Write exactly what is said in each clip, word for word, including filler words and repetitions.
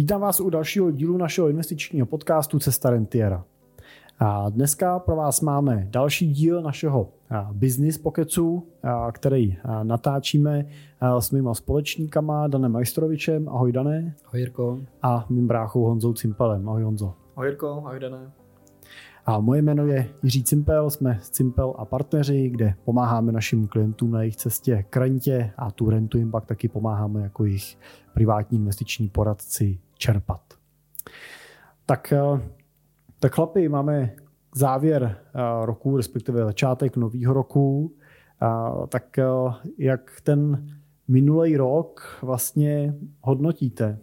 Vítám vás u dalšího dílu našeho investičního podcastu Cesta rentiera. A dneska pro vás máme další díl našeho business pokecu, který natáčíme s mýma společníkama Danem Majstorovičem. Ahoj Dané. Ahoj Jirko. A mým bráchou Honzou Cimpelem. Ahoj Honzo. Ahoj Jirko, ahoj Dané. A moje jméno je Jiří Cimpel, jsme Cimpel a partneři, kde pomáháme našim klientům na jejich cestě k rentě a tu rentu jim pak taky pomáháme jako jejich privátní investiční poradci čerpat. Tak, tak chlapi, máme závěr roku, respektive začátek nového roku. Tak jak ten minulý rok vlastně hodnotíte?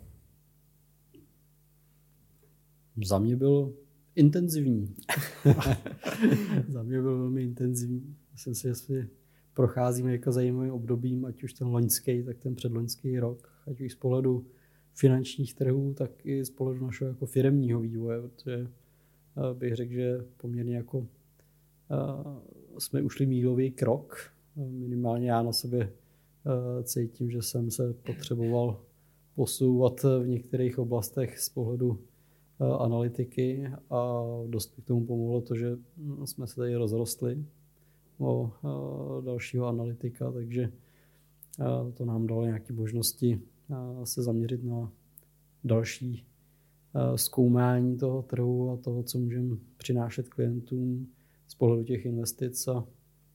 Za mě byl intenzivní. Za mě byl velmi intenzivní. Myslím si, že si procházíme jako zajímavým obdobím, ať už ten loňský, tak ten předloňský rok, ať už z pohledu finančních trhů, tak i z pohledu našeho jako firemního vývoje, protože bych řekl, že poměrně jako uh, jsme ušli mílový krok. Minimálně já na sobě uh, cítím, že jsem se potřeboval posouvat v některých oblastech z pohledu analytiky a dost k tomu pomohlo to, že jsme se tady rozrostli o dalšího analytika, takže to nám dalo nějaké možnosti se zaměřit na další zkoumání toho trhu a toho, co můžeme přinášet klientům z pohledu těch investic a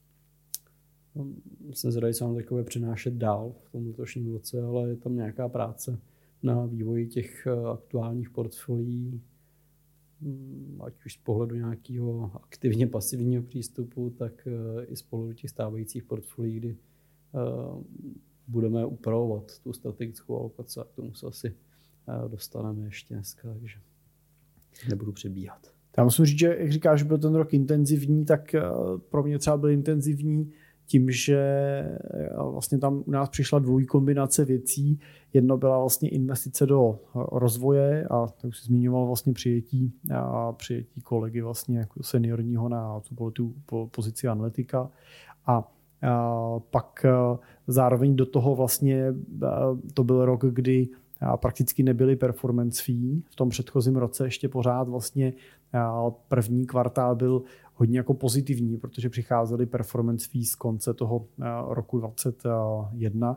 jsem zvědavý, co nám takové přinášet dál v tom letošním roce, ale je tam nějaká práce na vývoji těch aktuálních portfolií, ať už z pohledu nějakého aktivně pasivního přístupu, tak i z pohledu těch stávajících portfolií, kdy budeme upravovat tu strategickou alokaci a k tomu se asi dostaneme ještě dneska, takže nebudu přebíhat. Já musím říct, že jak říkáš, že byl ten rok intenzivní, tak pro mě třeba byl intenzivní tím, že vlastně tam u nás přišla dvojí kombinace věcí. Jedno byla vlastně investice do rozvoje a to už jsi zmiňoval vlastně přijetí, a přijetí kolegy vlastně jako seniorního na tu pozici analytika. A, a pak zároveň do toho vlastně to byl rok, kdy prakticky nebyly performance fee. V tom předchozím roce ještě pořád vlastně první kvartál byl hodně jako pozitivní, protože přicházely performance fees z konce toho roku dvacet jedna,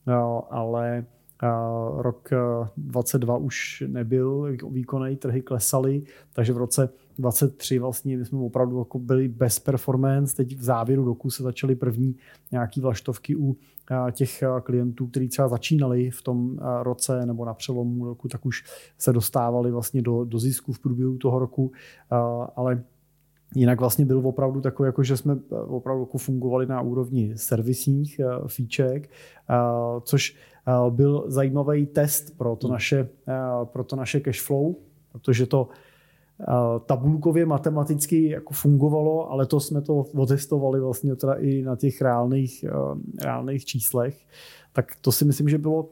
ale rok dvacet dva už nebyl výkonný, trhy klesaly, takže v roce dvacet tři vlastně my jsme opravdu jako byli bez performance. Teď v závěru roku se začaly první nějaký vlaštovky u těch klientů, kteří třeba začínali v tom roce nebo na přelomu roku, tak už se dostávali vlastně do, do zisku v průběhu toho roku, ale jinak vlastně byl opravdu takový, jako že jsme opravdu jako fungovali na úrovni servisních fíček, což byl zajímavý test pro to naše, pro to naše cash flow, protože to tabulkově matematicky jako fungovalo, ale to jsme to otestovali vlastně teda i na těch reálných, reálných číslech. Tak to si myslím, že bylo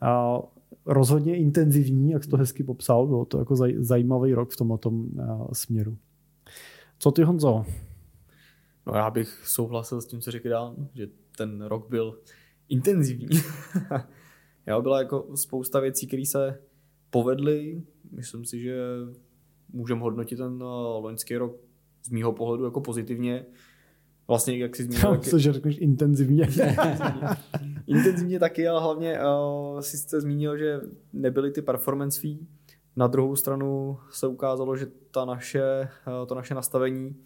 rozhodně intenzivní, jak jsi to hezky popsal, bylo to jako zajímavý rok v tomto směru. Co ty, Honzo? No já bych souhlasil s tím, co řekl Dan, že ten rok byl intenzivní. Jo, byla jako spousta věcí, které se povedly. Myslím si, že můžeme hodnotit ten loňský rok z mýho pohledu jako pozitivně. Vlastně, jak si zmínil... Já myslím, že řekneš intenzivně. Intenzivně taky, ale hlavně uh, si jste zmínil, že nebyly ty performance fee. Na druhou stranu se ukázalo, že ta naše, to naše nastavení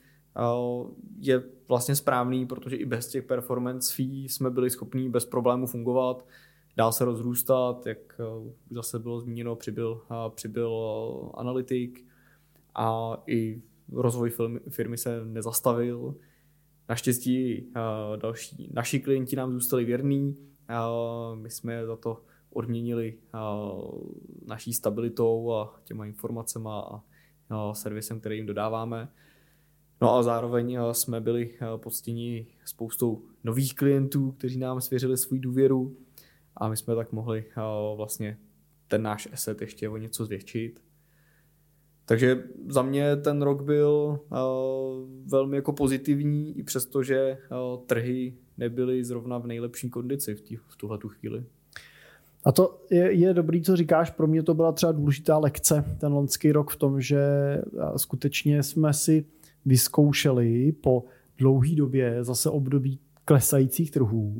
je vlastně správný, protože i bez těch performance fee jsme byli schopní bez problémů fungovat, dál se rozrůstat, jak už zase bylo zmíněno, přibyl, přibyl analytik a i rozvoj firmy se nezastavil. Naštěstí další, naši klienti nám zůstali věrní, my jsme za to odměnili naší stabilitou a těma informacema a servisem, který jim dodáváme. No a zároveň jsme byli poctěni spoustou nových klientů, kteří nám svěřili svou důvěru a my jsme tak mohli vlastně ten náš asset ještě o něco zvětšit. Takže za mě ten rok byl velmi jako pozitivní, i přesto, že trhy nebyly zrovna v nejlepší kondici v, tí, v tuhletu chvíli. A to je, je dobrý, co říkáš. Pro mě to byla třeba důležitá lekce ten loňský rok v tom, že skutečně jsme si vyzkoušeli po dlouhé době zase období klesajících trhů.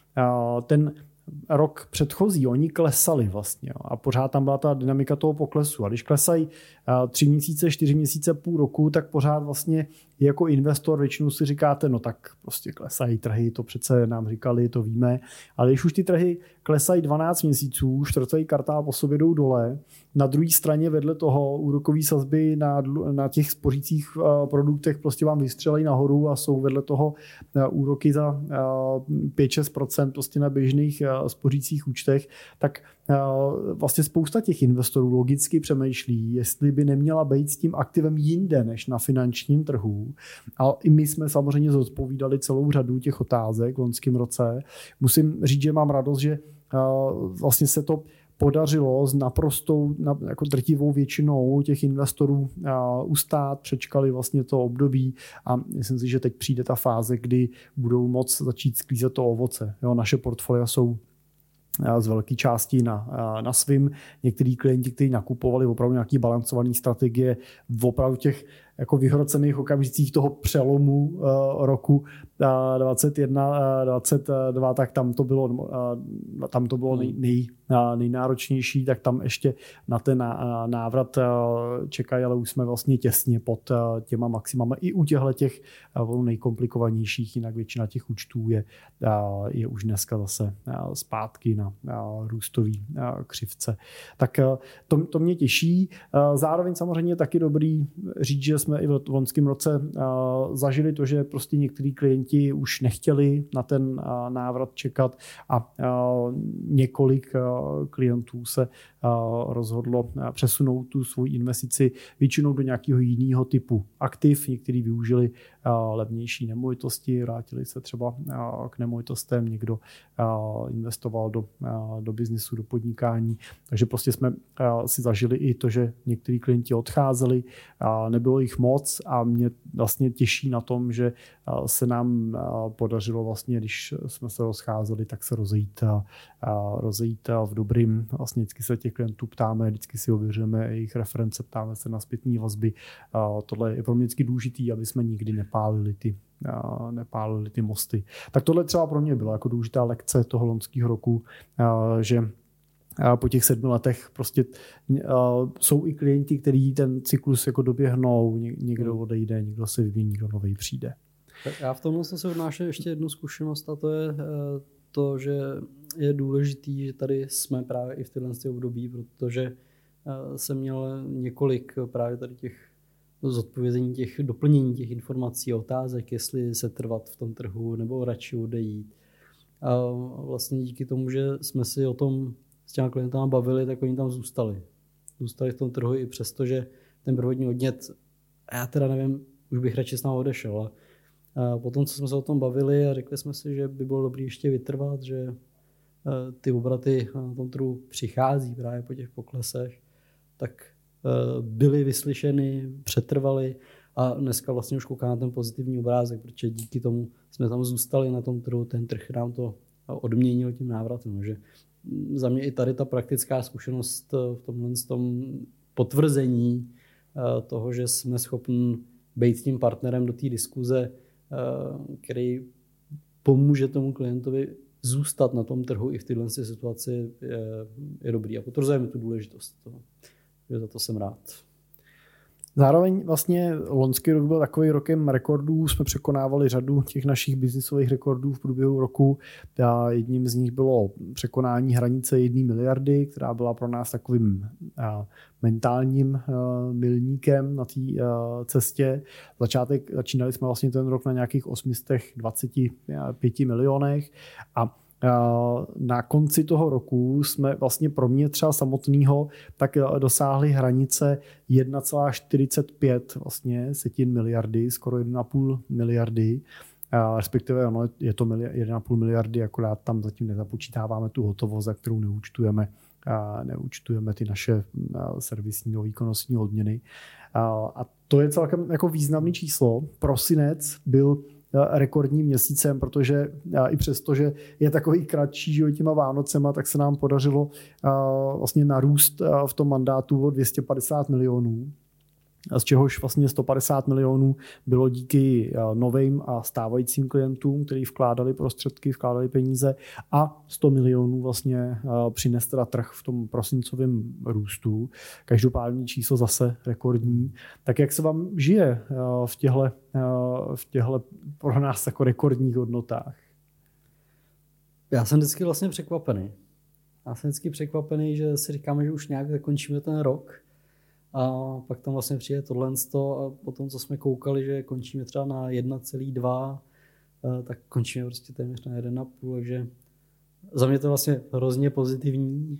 Ten rok předchozí, oni klesali vlastně jo, a pořád tam byla ta dynamika toho poklesu. A když klesají tři měsíce, čtyři měsíce, půl roku, tak pořád vlastně jako investor většinou si říkáte, no tak prostě klesají trhy, to přece nám říkali, to víme. Ale když už ty trhy klesají dvanáct měsíců, čtvrtý kvartál po sobě jdou dole, na druhé straně vedle toho úrokové sazby na, na těch spořících uh, produktech prostě vám vystřelají nahoru a jsou vedle toho uh, úroky za uh, pět až šest procent prostě na běžných uh, spořících účtech, tak uh, vlastně spousta těch investorů logicky přemýšlí, jestli by neměla být s tím aktivem jinde než na finančním trhu. A i my jsme samozřejmě zodpovídali celou řadu těch otázek v loňském roce. Musím říct, že mám radost, že uh, vlastně se to podařilo s naprostou jako drtivou většinou těch investorů ustát, přečkali vlastně to období a myslím si, že teď přijde ta fáze, kdy budou moc začít sklízet to ovoce. Jo, naše portfolia jsou z velké části na, na svým. Některý klienti, kteří nakupovali opravdu nějaký balancovaný strategie v opravdu těch jako vyhrocených okamžicích toho přelomu uh, roku uh, dvacet jedna uh, dvacet dva, tak tam to bylo, uh, tam to bylo nej, nej, uh, nejnáročnější, tak tam ještě na ten uh, návrat uh, čekají, ale už jsme vlastně těsně pod uh, těma maximama. I u těchto těch uh, nejkomplikovanějších, jinak většina těch účtů je, uh, je už dneska zase uh, zpátky na uh, růstový uh, křivce. Tak uh, to, to mě těší. Uh, zároveň samozřejmě taky dobrý říct, že jsme i v loňském roce uh, zažili to, že prostě některý klienti už nechtěli na ten uh, návrat čekat a uh, několik uh, klientů se uh, rozhodlo uh, přesunout tu svou investici většinou do nějakého jiného typu aktiv. Někteří využili uh, levnější nemovitosti, vrátili se třeba uh, k nemovitostem, někdo uh, investoval do, uh, do biznisu, do podnikání. Takže prostě jsme uh, si zažili i to, že někteří klienti odcházeli, uh, nebylo jich moc a mě vlastně těší na tom, že se nám podařilo vlastně, když jsme se rozcházeli, tak se rozejít, rozejít v dobrým. Vlastně vždycky se těch klientů ptáme, vždycky si ověřujeme jejich reference, ptáme se na zpětné vazby. Tohle je pro mě vždycky důležitý, aby jsme nikdy nepálili ty, nepálili ty mosty. Tak tohle třeba pro mě byla jako důležitá lekce toho loňského roku, že a po těch sedmi letech prostě uh, jsou i klienti, kteří ten cyklus jako doběhnou, Ně, někdo odejde, někdo se vymění, někdo nový přijde. Tak já v tomhle jsem se odnášel ještě jednu zkušenost a to je uh, to, že je důležitý, že tady jsme právě i v téhle období, protože uh, jsem měl několik právě tady těch zodpovězení, těch doplnění těch informací, otázek, jestli se trvat v tom trhu nebo radši odejít. A vlastně díky tomu, že jsme si o tom s těma klientama bavili, tak oni tam zůstali. Zůstali v tom trhu i přesto, že ten prvotní odnět, já teda nevím, už bych radši s námi odešel. A potom, co jsme se o tom bavili a řekli jsme si, že by bylo dobré ještě vytrvat, že ty obraty na tom trhu přichází právě po těch poklesech, tak byly vyslyšeny, přetrvaly a dneska vlastně už kouká na ten pozitivní obrázek, protože díky tomu jsme tam zůstali na tom trhu, ten trh nám to odměnil tím návratem, že za mě i tady ta praktická zkušenost v tomhle tom potvrzení toho, že jsme schopni být tím partnerem do té diskuze, který pomůže tomu klientovi zůstat na tom trhu i v této situaci, je, je dobrý. A potvrzujeme tu důležitost. Takže za to jsem rád. Zároveň vlastně loňský rok byl takový rokem rekordů, jsme překonávali řadu těch našich biznisových rekordů v průběhu roku. A jedním z nich bylo překonání hranice jedné miliardy, která byla pro nás takovým mentálním milníkem na té cestě. Začátek, začínali jsme vlastně ten rok na nějakých osm set dvacet pět milionech a na konci toho roku jsme vlastně pro mě třeba samotného tak dosáhli hranice jedna celá čtyřicet pět vlastně setin miliardy, skoro jedna celá pět miliardy, respektive ono je to jedna celá pět miliardy, akorát tam zatím nezapočítáváme tu hotovost, za kterou neúčtujeme, neúčtujeme ty naše servisní výkonnostní odměny. A to je celkem jako významný číslo. Prosinec byl rekordním měsícem, protože i přesto, že je takový kratší, že těma Vánocema, tak se nám podařilo vlastně narůst v tom mandátu o dvě stě padesát milionů. Z čehož vlastně sto padesát milionů bylo díky novým a stávajícím klientům, kteří vkládali prostředky, vkládali peníze, a sto milionů vlastně přines teda trh v tom prosincovém růstu. Každopádně číslo zase rekordní. Tak jak se vám žije v těchto, v těchto pro nás jako rekordních hodnotách? Já jsem vždycky vlastně překvapený. Já jsem vždycky překvapený, že si říkáme, že už nějak zakončíme ten rok. A pak tam vlastně přijde tohle a potom, co jsme koukali, že končíme třeba na jedna celá dva, tak končíme prostě téměř na jedna celá pět, takže za mě to vlastně hrozně pozitivní.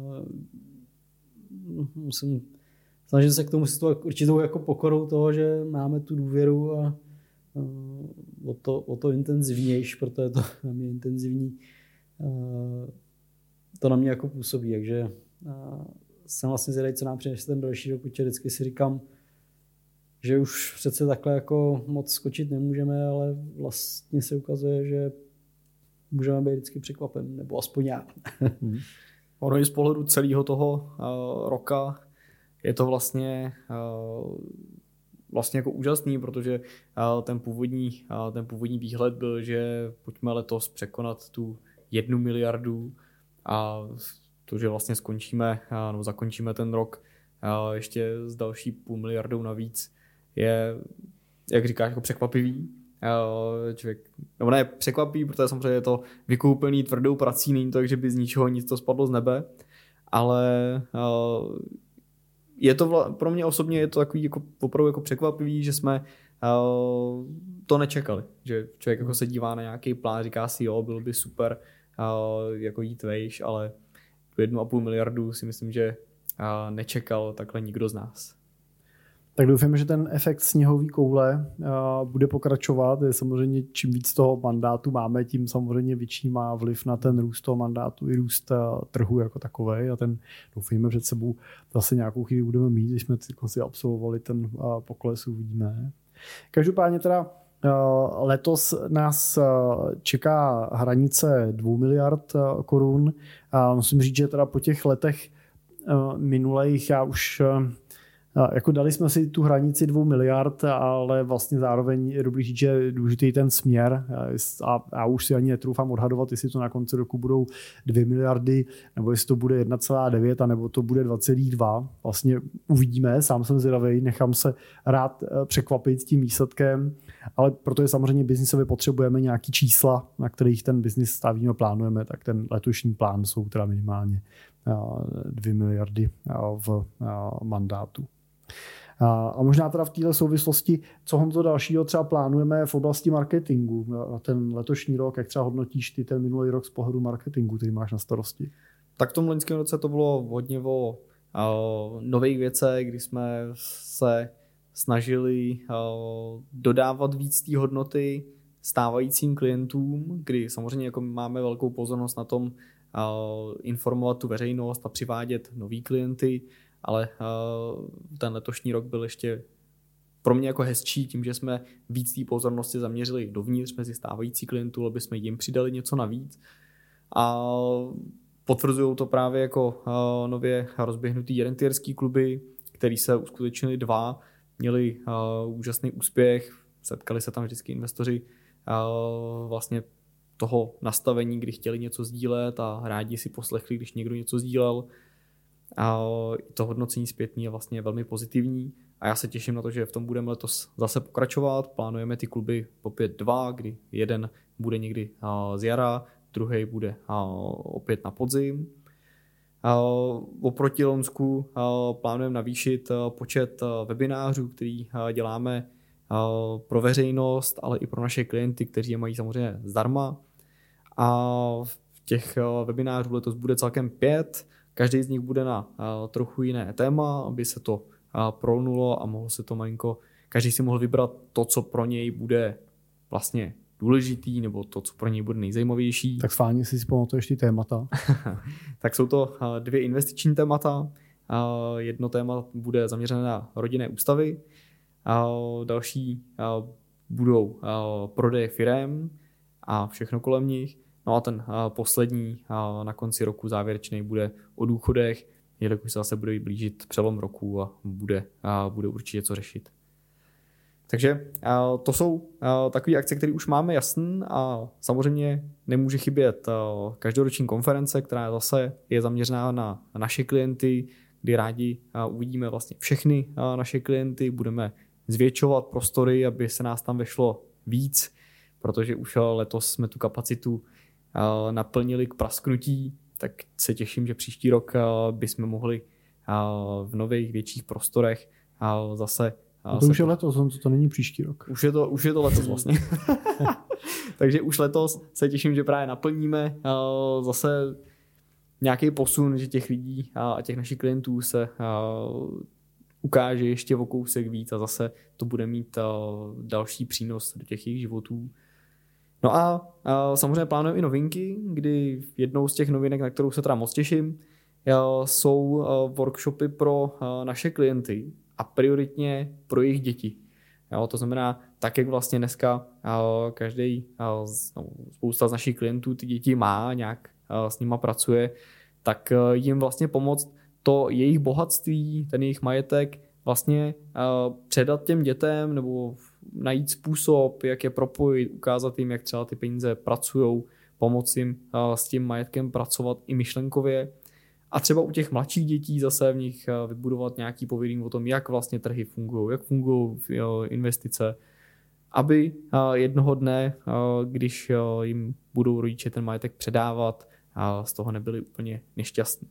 Musím, snažím se k tomu s určitou jako pokorou toho, že máme tu důvěru a o to, o to intenzivnější, protože to na mě intenzivní, to na mě jako působí, takže jsem vlastně zvědavý, co nám přinese ten další rok, protože vždycky si říkám, že už přece takhle jako moc skočit nemůžeme, ale vlastně se ukazuje, že můžeme být vždycky překvapen, nebo aspoň já. Hmm. Ono i z pohledu celého toho uh, roka je to vlastně, uh, vlastně jako úžasný, protože uh, ten, původní, uh, ten původní výhled byl, že pojďme letos překonat tu jednu miliardu a to, že vlastně skončíme, nebo zakončíme ten rok ještě s další půl miliardou navíc, je, jak říkáš, jako překvapivý. Člověk, nebo ne překvapivý, protože samozřejmě je to vykoupený tvrdou prací, není to tak, že by z ničeho nic to spadlo z nebe, ale je to pro mě osobně je to takový jako, opravdu jako překvapivý, že jsme to nečekali, že člověk jako se dívá na nějaký plán, říká si jo, bylo by super jako jít vejš, ale jednu a půl miliardu si myslím, že nečekal takhle nikdo z nás. Tak doufám, že ten efekt sněhové koule bude pokračovat. Je samozřejmě, čím víc toho mandátu máme, tím samozřejmě větší má vliv na ten růst toho mandátu i růst trhu jako takovej. A ten doufejme před sebou zase nějakou chvíli budeme mít, když jsme si absolvovali ten pokles, uvidíme. Každopádně teda letos nás čeká hranice dvou miliard korun. Musím říct, že teda po těch letech minulejch já už jako dali jsme si tu hranici dvou miliard, ale vlastně zároveň je dobrý říct, že je důležitý ten směr a já už si ani netroufám odhadovat, jestli to na konci roku budou dvě miliardy, nebo jestli to bude jedna celá devět, nebo to bude dva celá dva. Vlastně uvidíme, sám jsem zvědavý, nechám se rád překvapit tím výsledkem, ale protože samozřejmě biznisově potřebujeme nějaký čísla, na kterých ten biznis stavíme, plánujeme, tak ten letošní plán jsou teda minimálně dvě miliardy v mandátu. A možná teda v této souvislosti, co Honzo dalšího třeba plánujeme v oblasti marketingu na ten letošní rok, jak třeba hodnotíš ty ten minulý rok z pohledu marketingu, který máš na starosti? Tak v tom loňském roce to bylo hodně o uh, nových věcech, kdy jsme se snažili uh, dodávat víc té hodnoty stávajícím klientům, kdy samozřejmě jako máme velkou pozornost na tom uh, informovat tu veřejnost a přivádět nový klienty, ale uh, ten letošní rok byl ještě pro mě jako hezčí tím, že jsme víc té pozornosti zaměřili dovnitř mezi stávající klientů, aby jsme jim přidali něco navíc. A potvrzují to právě jako uh, nově rozběhnutý rentierský kluby, který se uskutečnili dva, měli uh, úžasný úspěch, setkali se tam vždycky investoři uh, vlastně toho nastavení, kdy chtěli něco sdílet a rádi si poslechli, když někdo něco sdílel. A to hodnocení zpětný je vlastně velmi pozitivní a já se těším na to, že v tom budeme letos zase pokračovat. Plánujeme ty kluby opět dva, kdy jeden bude někdy z jara, druhý bude opět na podzim. Oproti Lonsku plánujeme navýšit počet webinářů, který děláme pro veřejnost, ale i pro naše klienty, kteří je mají samozřejmě zdarma. A v těch webinářů letos bude celkem pět. Každý z nich bude na uh, trochu jiné téma, aby se to uh, prolnulo a mohlo se to malinko, každý si mohl vybrat to, co pro něj bude vlastně důležitý, nebo to, co pro něj bude nejzajímavější. Tak schválně si si pamatuješ ty témata. Tak jsou to uh, dvě investiční témata. Uh, jedno téma bude zaměřené na rodinné ústavy. Uh, další uh, budou prodeje firem a všechno kolem nich. No a ten poslední na konci roku závěrečný bude o důchodech, jelikož se zase bude blížit přelom roku a bude, a bude určitě co řešit. Takže to jsou takové akce, které už máme jasné a samozřejmě nemůže chybět každoroční konference, která zase je zaměřená na naše klienty, kdy rádi uvidíme vlastně všechny naše klienty, budeme zvětšovat prostory, aby se nás tam vešlo víc, protože už letos jsme tu kapacitu naplnili k prasknutí, tak se těším, že příští rok bychom mohli v nových větších prostorech zase. A to už je letos, to, to není příští rok. Už je to, už je to letos vlastně. Takže už letos se těším, že právě naplníme zase nějaký posun, že těch lidí a těch našich klientů se ukáže ještě o kousek víc a zase to bude mít další přínos do těch jejich životů. No a, a samozřejmě plánujeme i novinky, kdy jednou z těch novinek, na kterou se teda moc těším, jsou workshopy pro naše klienty a prioritně pro jejich děti. Jo, to znamená, tak jak vlastně dneska každý, no, spousta z našich klientů ty děti má, nějak s nima pracuje, tak jim vlastně pomoct to jejich bohatství, ten jejich majetek vlastně předat těm dětem nebo najít způsob, jak je propojit, ukázat jim, jak třeba ty peníze pracujou, pomoct jim s tím majetkem pracovat i myšlenkově. A třeba u těch mladších dětí zase v nich vybudovat nějaký povědomí o tom, jak vlastně trhy fungují, jak fungují investice, aby jednoho dne, když jim budou rodiče ten majetek předávat, z toho nebyli úplně nešťastní.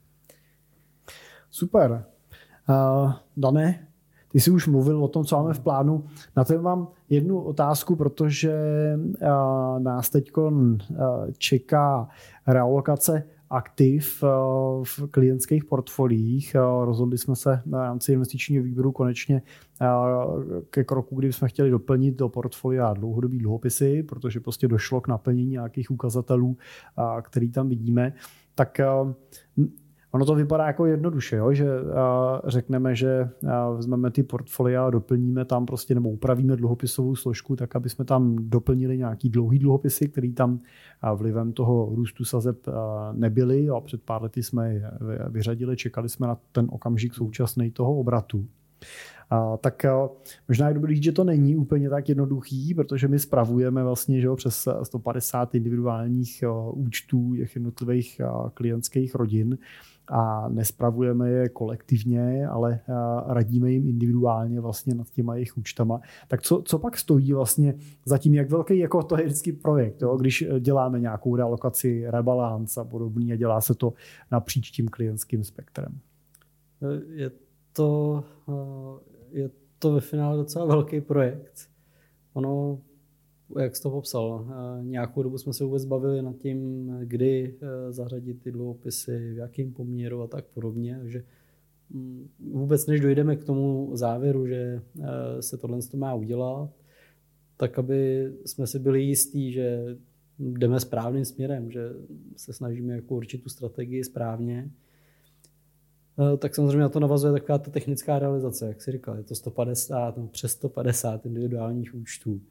Super. Uh, Dane, ty jsi už mluvil o tom, co máme v plánu. Na to mám jednu otázku, protože uh, nás teď uh, čeká realokace aktiv v klientských portfoliích. Rozhodli jsme se na rámci investičního výběru konečně ke kroku, kdy jsme chtěli doplnit do portfolia dlouhodobý dluhopisy, protože prostě došlo k naplnění nějakých ukazatelů, který tam vidíme. Tak ono to vypadá jako jednoduše, jo? Že řekneme, že vezmeme ty portfolia a doplníme tam prostě nebo upravíme dluhopisovou složku tak, aby jsme tam doplnili nějaký dlouhý dluhopisy, který tam vlivem toho růstu sazeb nebyly. A před pár lety jsme je vyřadili, čekali jsme na ten okamžik současný toho obratu. A, tak a, možná je dobrý říct, že to není úplně tak jednoduchý, protože my spravujeme vlastně, že jo, přes sto padesát individuálních a, účtů těch jednotlivých a, klientských rodin a nespravujeme je kolektivně, ale a, radíme jim individuálně vlastně nad těma jejich účtama. Tak co, co pak stojí vlastně za tím, jak velký jako to je vždycky projekt, jo? Když děláme nějakou realokaci, rebalance a podobně, a dělá se to napříč tím klientským spektrem? Je to, je to ve finále docela velký projekt. Ono, jak jsi to popsal, nějakou dobu jsme se vůbec bavili nad tím, kdy zařadit ty dluhopisy, v jakém poměru a tak podobně. Takže vůbec než dojdeme k tomu závěru, že se tohle má udělat, tak aby jsme si byli jistí, že jdeme správným směrem, že se snažíme jako určit tu strategii správně, tak samozřejmě na to navazuje taková ta technická realizace, jak jsi říkal, je to sto padesát, no přes sto padesát individuálních účtů.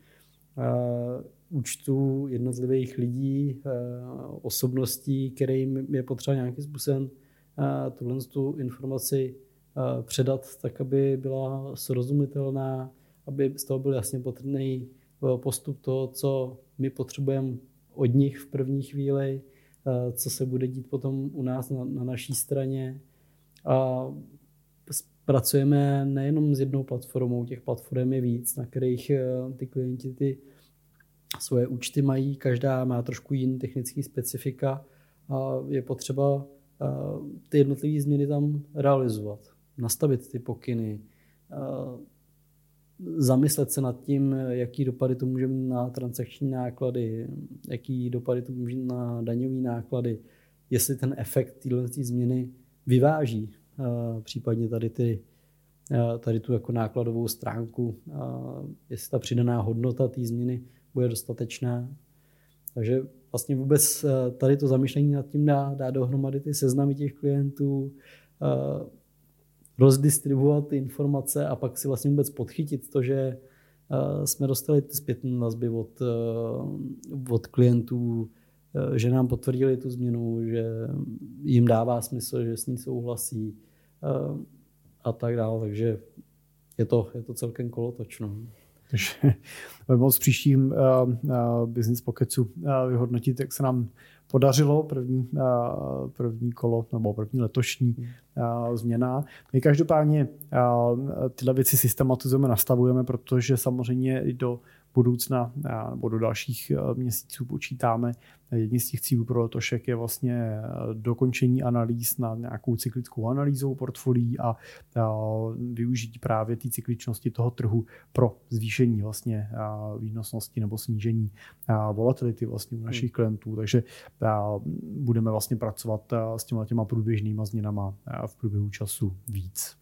Účtů jednotlivých lidí, osobností, kterým je potřeba nějakým způsobem tuhle tu informaci předat, tak aby byla srozumitelná, aby z toho byl jasně patrný postup toho, co my potřebujeme od nich v první chvíli, co se bude dít potom u nás na, na naší straně. A pracujeme nejenom s jednou platformou, těch platform je víc, na kterých ty klienti ty svoje účty mají, každá má trošku jiný technický specifika a je potřeba ty jednotlivé změny tam realizovat, nastavit ty pokyny, zamyslet se nad tím, jaký dopady to může mít na transakční náklady, jaký dopady to může mít na daňové náklady, jestli ten efekt téhle změny vyváží případně tady, ty, tady tu jako nákladovou stránku, jestli ta přidaná hodnota té změny bude dostatečná. Takže vlastně vůbec tady to zamýšlení nad tím dá, dá dohromady ty seznamy těch klientů, rozdistribuovat ty informace a pak si vlastně vůbec podchytit to, že jsme dostali ty zpětné vazby od, od klientů, že nám potvrdili tu změnu, že jim dává smysl, že s ní souhlasí a tak dále. Takže je to, je to celkem kolotočno. Takže moc v příštím uh, uh, Business Pocketsu uh, vyhodnotit, jak se nám podařilo první, uh, první kolo nebo první letošní uh, změna. My každopádně uh, tyhle věci systematizujeme, nastavujeme, protože samozřejmě i do budoucna uh, nebo do dalších uh, měsíců počítáme. Jedním z těch cílů pro letošek je vlastně dokončení analýz na nějakou cyklickou analýzou portfolií a, a využití právě té cykličnosti toho trhu pro zvýšení vlastně výnosnosti nebo snížení volatility vlastně u našich hmm. klientů. Takže budeme vlastně pracovat s těma těma průběžnýma změnama v průběhu času víc.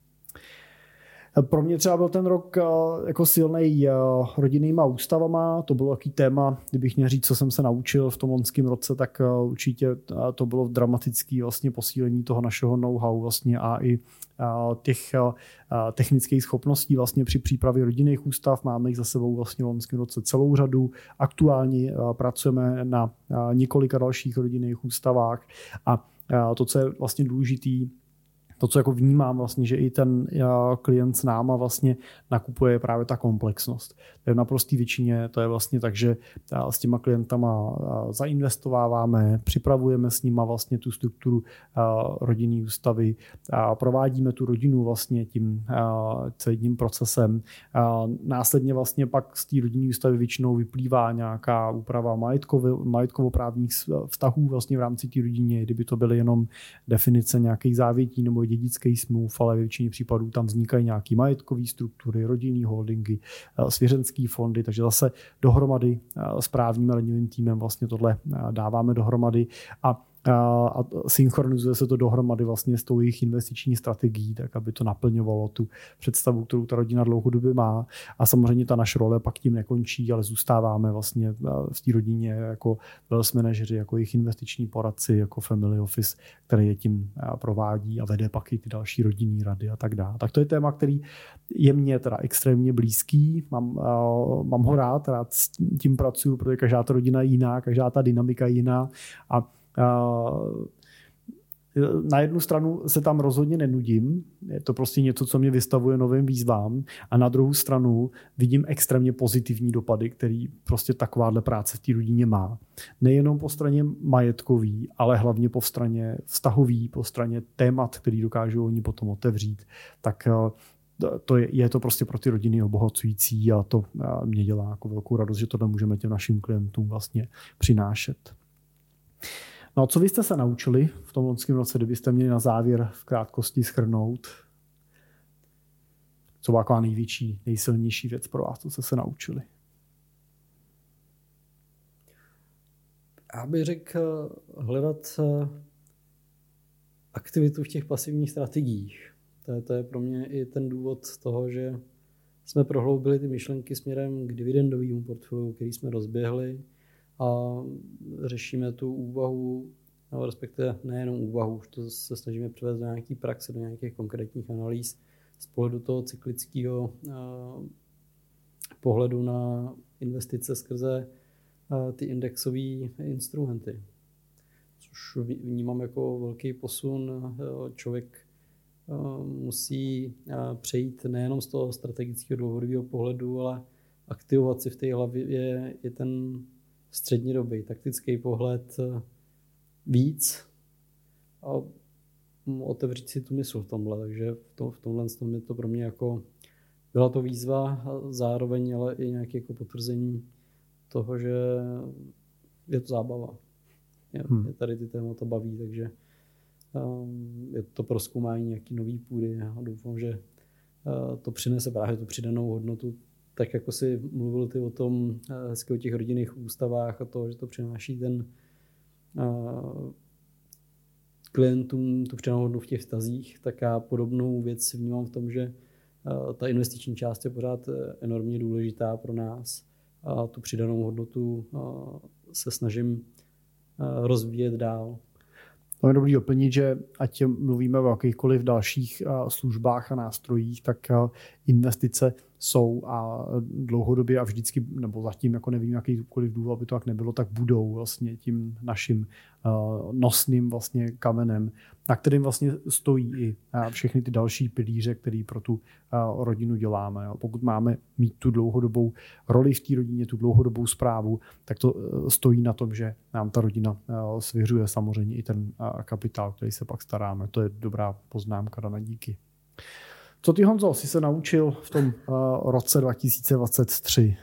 Pro mě třeba byl ten rok jako silnej rodinnýma ústavama, to bylo taký téma, kdybych měl říct, co jsem se naučil v tom loňském roce, tak určitě to bylo dramatické vlastně posílení toho našeho know-how vlastně a i těch technických schopností vlastně při přípravě rodinných ústav. Máme jich za sebou vlastně v loňském roce celou řadu. Aktuálně pracujeme na několika dalších rodinných ústavách a to, co je vlastně důležitý, to, co jako vnímám vlastně, že i ten klient s náma vlastně nakupuje právě ta komplexnost. To je v naprostý většině, to je vlastně tak, že s těma klientama zainvestováváme, připravujeme s nima vlastně tu strukturu rodinný ústavy, provádíme tu rodinu vlastně tím celým procesem. Následně vlastně pak z té rodinné ústavy většinou vyplývá nějaká úprava majetkovo-právních vztahů vlastně v rámci té rodiny, kdyby to byly jenom definice nějakých závětí nebo dědických smluv, ale ve většině případů tam vznikají nějaké majetkové struktury, rodinný holdingy, svěřenské fondy, takže zase dohromady s právním radním týmem vlastně tohle dáváme dohromady a a synchronizuje se to dohromady vlastně s tou jejich investiční strategií, tak aby to naplňovalo tu představu, kterou ta rodina dlouhodobě má. A samozřejmě ta naše role pak tím nekončí, ale zůstáváme vlastně v té rodině jako wealth manažeři, jako jejich investiční poradci, jako family office, který je tím provádí a vede pak i ty další rodinní rady a tak dále. Tak to je téma, který je mně teda extrémně blízký. Mám, mám ho rád, rád s tím pracuju, protože každá ta rodina je jiná, každá ta dynamika je jiná a na jednu stranu se tam rozhodně nenudím, je to prostě něco, co mě vystavuje novým výzvám a na druhou stranu vidím extrémně pozitivní dopady, který prostě takováhle práce v té rodině má. Nejenom po straně majetkový, ale hlavně po straně vztahový, po straně témat, který dokážou oni potom otevřít, tak to je, je to prostě pro ty rodiny obohacující a to mě dělá jako velkou radost, že tohle můžeme těm našim klientům vlastně přinášet. No a co vy jste se naučili v tom loňském roce, kdybyste měli na závěr v krátkosti shrnout? Co byla taková největší, nejsilnější věc pro vás, co jste se naučili? Já bych řekl hledat aktivitu v těch pasivních strategiích. To je, to je pro mě i ten důvod toho, že jsme prohloubili ty myšlenky směrem k dividendovému portfoliu, který jsme rozběhli, a řešíme tu úvahu, nebo respektive nejenom úvahu, už to se snažíme převést do nějaké praxe, do nějakých konkrétních analýz z pohledu toho cyklického pohledu na investice skrze ty indexové instrumenty. Což vnímám jako velký posun. Člověk musí přejít nejenom z toho strategického dlouhodobého pohledu, ale aktivovat si v té hlavě je, je ten střednědobý taktický pohled víc a otevřít si tu mysl v tomhle. Takže v, tom, v tomhle tom je to pro mě jako byla to výzva, zároveň ale i nějaké jako potvrzení toho, že je to zábava. Je, hmm. je tady ty témata baví, takže um, je to prozkoumání nějaký nový půdy a doufám, že uh, to přinese právě tu přidanou hodnotu. Tak jako si mluvil ty o tom hezky o těch rodinných ústavách a to, že to přináší ten uh, klientům tu přidanou hodnotu v těch vztazích, tak já podobnou věc vnímám v tom, že uh, ta investiční část je pořád enormně důležitá pro nás a tu přidanou hodnotu uh, se snažím uh, rozvíjet dál. To je dobrý doplnit, že ať mluvíme o jakýchkoliv dalších službách a nástrojích, tak investice jsou a dlouhodobě a vždycky, nebo zatím jako nevím jakýkoliv důvod, aby to tak nebylo, tak budou vlastně tím naším uh, nosným vlastně kamenem, na kterým vlastně stojí i uh, všechny ty další pilíře, které pro tu uh, rodinu děláme. Jo. Pokud máme mít tu dlouhodobou roli v té rodině, tu dlouhodobou správu, tak to uh, stojí na tom, že nám ta rodina uh, svěřuje samozřejmě i ten uh, kapitál, který se pak staráme. To je dobrá poznámka, Dana, díky. Co ty, Honzo, jsi se naučil v tom uh, roce dva tisíce dvacet tři?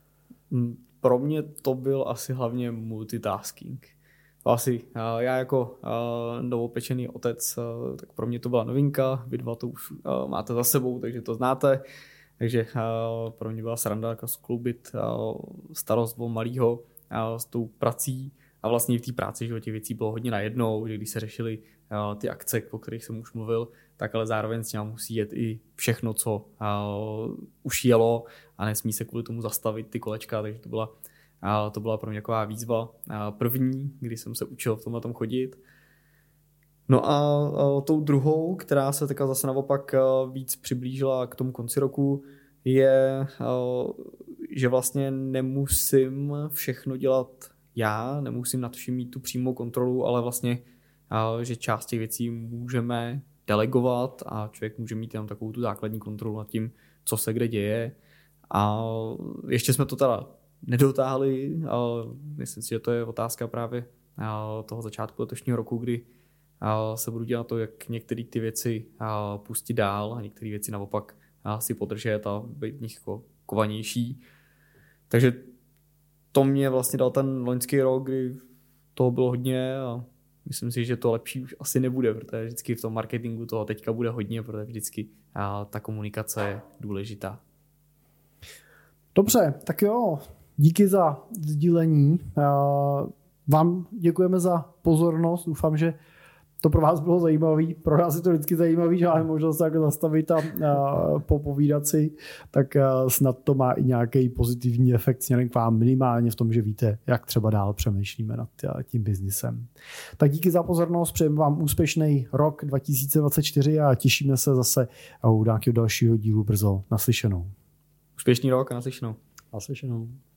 Pro mě to byl asi hlavně multitasking. Asi uh, já jako uh, novopečený otec, uh, tak pro mě to byla novinka, vy dva to už uh, máte za sebou, takže to znáte. Takže uh, pro mě byla sranda jako skloubit uh, starost o malýho uh, s tou prací. A vlastně v té práci, že těch věcí bylo hodně najednou, že když se řešily uh, ty akce, o kterých jsem už mluvil, tak ale zároveň s ním musí jet i všechno, co uh, už jelo a nesmí se kvůli tomu zastavit ty kolečka, takže to byla, uh, to byla pro mě taková výzva uh, první, kdy jsem se učil v tomhle tom chodit. No a uh, tou druhou, která se teďka zase naopak uh, víc přiblížila k tomu konci roku, je, uh, že vlastně nemusím všechno dělat já, nemusím nad vším mít tu přímou kontrolu, ale vlastně, že část těch věcí můžeme delegovat a člověk může mít jenom takovou tu základní kontrolu nad tím, co se kde děje. A ještě jsme to teda nedotáhli, ale myslím si, že to je otázka právě toho začátku letošního roku, kdy se budu dělat to, jak některé ty věci pustit dál a některé věci naopak si podržet a být v nich jako kovanější. Takže to mě vlastně dal ten loňský rok, kdy toho bylo hodně a myslím si, že to lepší už asi nebude, protože vždycky v tom marketingu toho teďka bude hodně, protože vždycky ta komunikace je důležitá. Dobře, tak jo, díky za sdílení. Vám děkujeme za pozornost, doufám, že to pro vás bylo zajímavý, pro nás je to vždycky zajímavý, že máme možnost tak zastavit a, a popovídat si, tak a, snad to má i nějaký pozitivní efekt směrem k vám, minimálně v tom, že víte, jak třeba dál přemýšlíme nad tím biznisem. Tak díky za pozornost, přejeme vám úspěšný rok dva tisíce dvacet čtyři a těšíme se zase u nějakého dalšího dílu brzo. Naslyšenou. Úspěšný rok a naslyšenou. Naslyšenou.